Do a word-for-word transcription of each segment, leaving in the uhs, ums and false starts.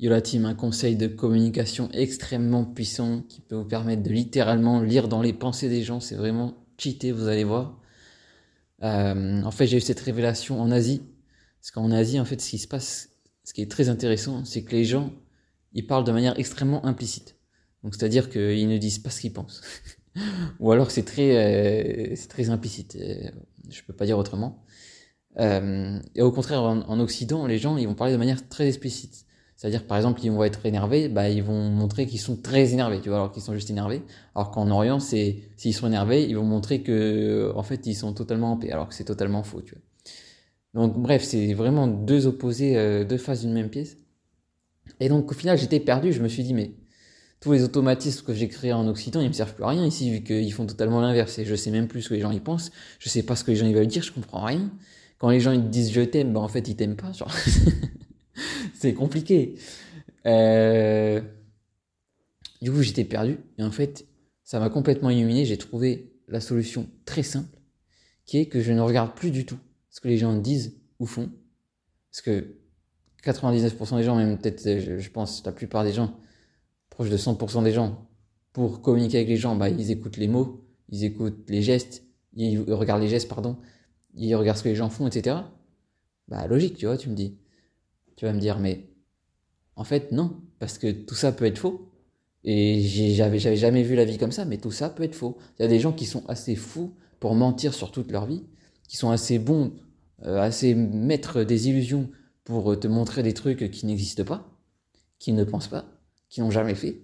Yola Team, un conseil de communication extrêmement puissant qui peut vous permettre de littéralement lire dans les pensées des gens. C'est vraiment cheaté, vous allez voir. Euh, en fait, j'ai eu cette révélation en Asie. Parce qu'en Asie, en fait, ce qui se passe, ce qui est très intéressant, c'est que les gens, ils parlent de manière extrêmement implicite. Donc, c'est-à-dire qu'ils ne disent pas ce qu'ils pensent. Ou alors c'est très, euh, c'est très implicite. Euh, je peux pas dire autrement. Euh, et au contraire, en, en Occident, les gens, ils vont parler de manière très explicite. C'est-à-dire, par exemple, ils vont être énervés, bah, ils vont montrer qu'ils sont très énervés, tu vois, alors qu'ils sont juste énervés. Alors qu'en Orient, c'est, s'ils sont énervés, ils vont montrer que, en fait, ils sont totalement en paix, alors que c'est totalement faux, tu vois. Donc, bref, c'est vraiment deux opposés, euh, deux faces d'une même pièce. Et donc, au final, j'étais perdu, je me suis dit, mais tous les automatismes que j'ai créés en Occident, ils me servent plus à rien ici, vu qu'ils font totalement l'inverse. Et je sais même plus ce que les gens y pensent, je sais pas ce que les gens ils veulent dire, je comprends rien. Quand les gens ils te disent je t'aime, bah en fait ils t'aiment pas, genre. C'est compliqué. Euh... Du coup j'étais perdu, et en fait ça m'a complètement illuminé, j'ai trouvé la solution très simple, qui est que je ne regarde plus du tout ce que les gens disent ou font, parce que quatre-vingt-dix-neuf pour cent des gens, même peut-être je pense la plupart des gens, proche de cent pour cent des gens, pour communiquer avec les gens, bah, ils écoutent les mots, ils écoutent les gestes, ils regardent les gestes, pardon, ils regardent ce que les gens font, et cetera. Bah, logique, tu vois, tu me dis. Tu vas me dire, mais en fait, non, parce que tout ça peut être faux. Et j'avais, j'avais jamais vu la vie comme ça, mais tout ça peut être faux. Il y a des gens qui sont assez fous pour mentir sur toute leur vie, qui sont assez bons, euh, assez maîtres des illusions pour te montrer des trucs qui n'existent pas, qui ne pensent pas, qui n'ont jamais fait.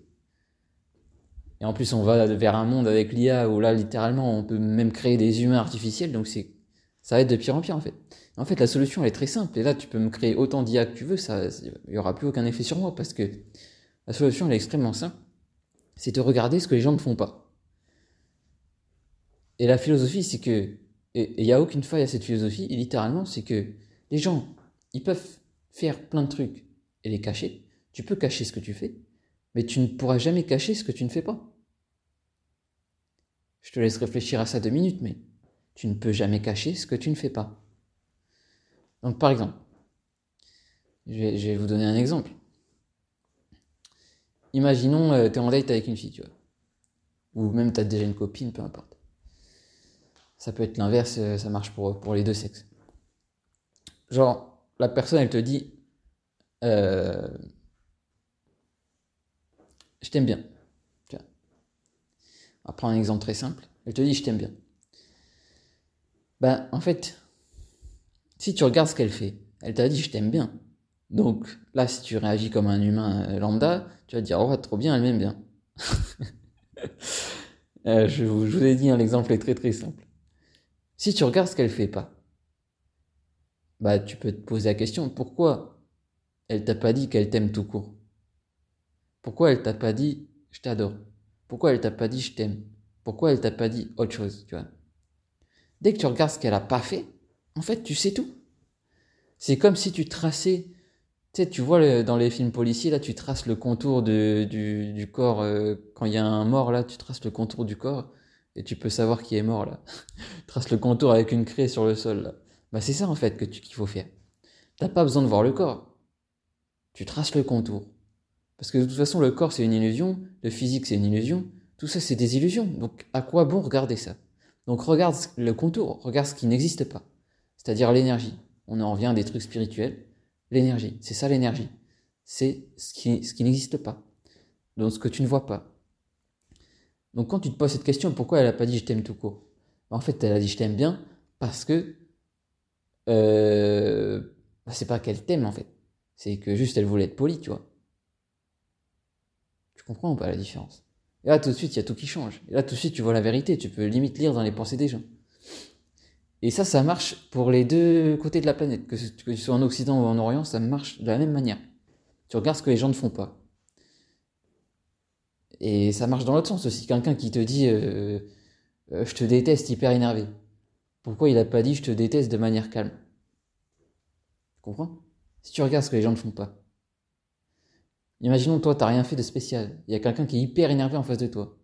Et en plus, on va vers un monde avec l'I A où là, littéralement, on peut même créer des humains artificiels, donc c'est, ça va être de pire en pire, en fait. En fait, la solution, elle est très simple. Et là, tu peux me créer autant d'I A que tu veux, ça, il n'y aura plus aucun effet sur moi, parce que la solution, elle est extrêmement simple. C'est de regarder ce que les gens ne font pas. Et la philosophie, c'est que, et il n'y a aucune faille à cette philosophie, et littéralement, c'est que les gens, ils peuvent faire plein de trucs et les cacher. Tu peux cacher ce que tu fais, mais tu ne pourras jamais cacher ce que tu ne fais pas. Je te laisse réfléchir à ça deux minutes, mais tu ne peux jamais cacher ce que tu ne fais pas. Donc par exemple, je vais, je vais vous donner un exemple. Imaginons, euh, t'es en date avec une fille, tu vois. Ou même t'as déjà une copine, peu importe. Ça peut être l'inverse, euh, ça marche pour, pour les deux sexes. Genre, la personne, elle te dit, euh, je t'aime bien. Tu vois. On va prendre un exemple très simple. Elle te dit, je t'aime bien. Ben, en fait, si tu regardes ce qu'elle fait, elle t'a dit, je t'aime bien. Donc là, si tu réagis comme un humain lambda, tu vas te dire, oh, trop bien, elle m'aime bien. euh, je, vous, je vous ai dit, hein, l'exemple est très très simple. Si tu regardes ce qu'elle fait pas, bah tu peux te poser la question, pourquoi elle t'a pas dit qu'elle t'aime tout court? Pourquoi elle t'a pas dit, je t'adore? Pourquoi elle t'a pas dit, je t'aime? Pourquoi elle t'a pas dit autre chose, tu vois? Dès que tu regardes ce qu'elle a pas fait, en fait, tu sais tout. C'est comme si tu traçais. Tu sais, tu vois le, dans les films policiers, là, tu traces le contour de, du, du corps. Euh, quand il y a un mort, là, tu traces le contour du corps et tu peux savoir qui est mort, là. Tu traces le contour avec une craie sur le sol, là. Bah, c'est ça, en fait, que tu, qu'il faut faire. T'as pas besoin de voir le corps. Tu traces le contour. Parce que de toute façon, le corps, c'est une illusion. Le physique, c'est une illusion. Tout ça, c'est des illusions. Donc, à quoi bon regarder ça? Donc, regarde le contour. Regarde ce qui n'existe pas. C'est-à-dire l'énergie. On en revient à des trucs spirituels. L'énergie, c'est ça l'énergie. C'est ce qui, ce qui n'existe pas. Donc ce que tu ne vois pas. Donc quand tu te poses cette question, pourquoi elle a pas dit je t'aime tout court? En fait, elle a dit je t'aime bien parce que euh, bah, c'est pas qu'elle t'aime en fait. C'est que juste elle voulait être polie, tu vois. Tu comprends ou pas la différence? Et là tout de suite, il y a tout qui change. Et là tout de suite, tu vois la vérité. Tu peux limite lire dans les pensées des gens. Et ça, ça marche pour les deux côtés de la planète. Que, que tu sois en Occident ou en Orient, ça marche de la même manière. Tu regardes ce que les gens ne font pas. Et ça marche dans l'autre sens aussi. Quelqu'un qui te dit euh, euh, je te déteste hyper énervé. Pourquoi il a pas dit je te déteste de manière calme? Tu comprends? Si tu regardes ce que les gens ne font pas. Imaginons toi t'as rien fait de spécial. Il y a quelqu'un qui est hyper énervé en face de toi.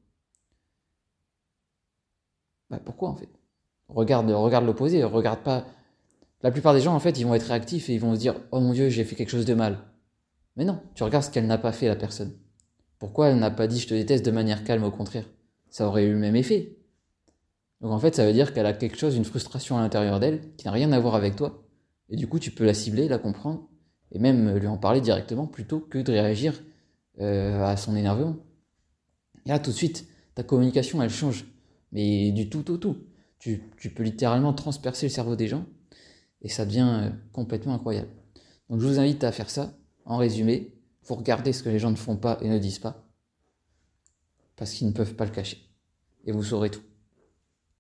Bah pourquoi en fait? Regarde, regarde l'opposé, regarde pas. La plupart des gens en fait ils vont être réactifs et ils vont se dire oh mon dieu j'ai fait quelque chose de mal. Mais non, tu regardes ce qu'elle n'a pas fait, la personne. Pourquoi elle n'a pas dit je te déteste de manière calme, au contraire? Ça aurait eu le même effet. Donc en fait, ça veut dire qu'elle a quelque chose, une frustration à l'intérieur d'elle, qui n'a rien à voir avec toi. Et du coup, tu peux la cibler, la comprendre, et même lui en parler directement, plutôt que de réagir euh, à son énervement. Et là, tout de suite, ta communication, elle change. Mais du tout au tout. Tu, tu peux littéralement transpercer le cerveau des gens, et ça devient euh, complètement incroyable. Donc je vous invite à faire ça. En résumé, vous regardez ce que les gens ne font pas et ne disent pas, parce qu'ils ne peuvent pas le cacher. Et vous saurez tout.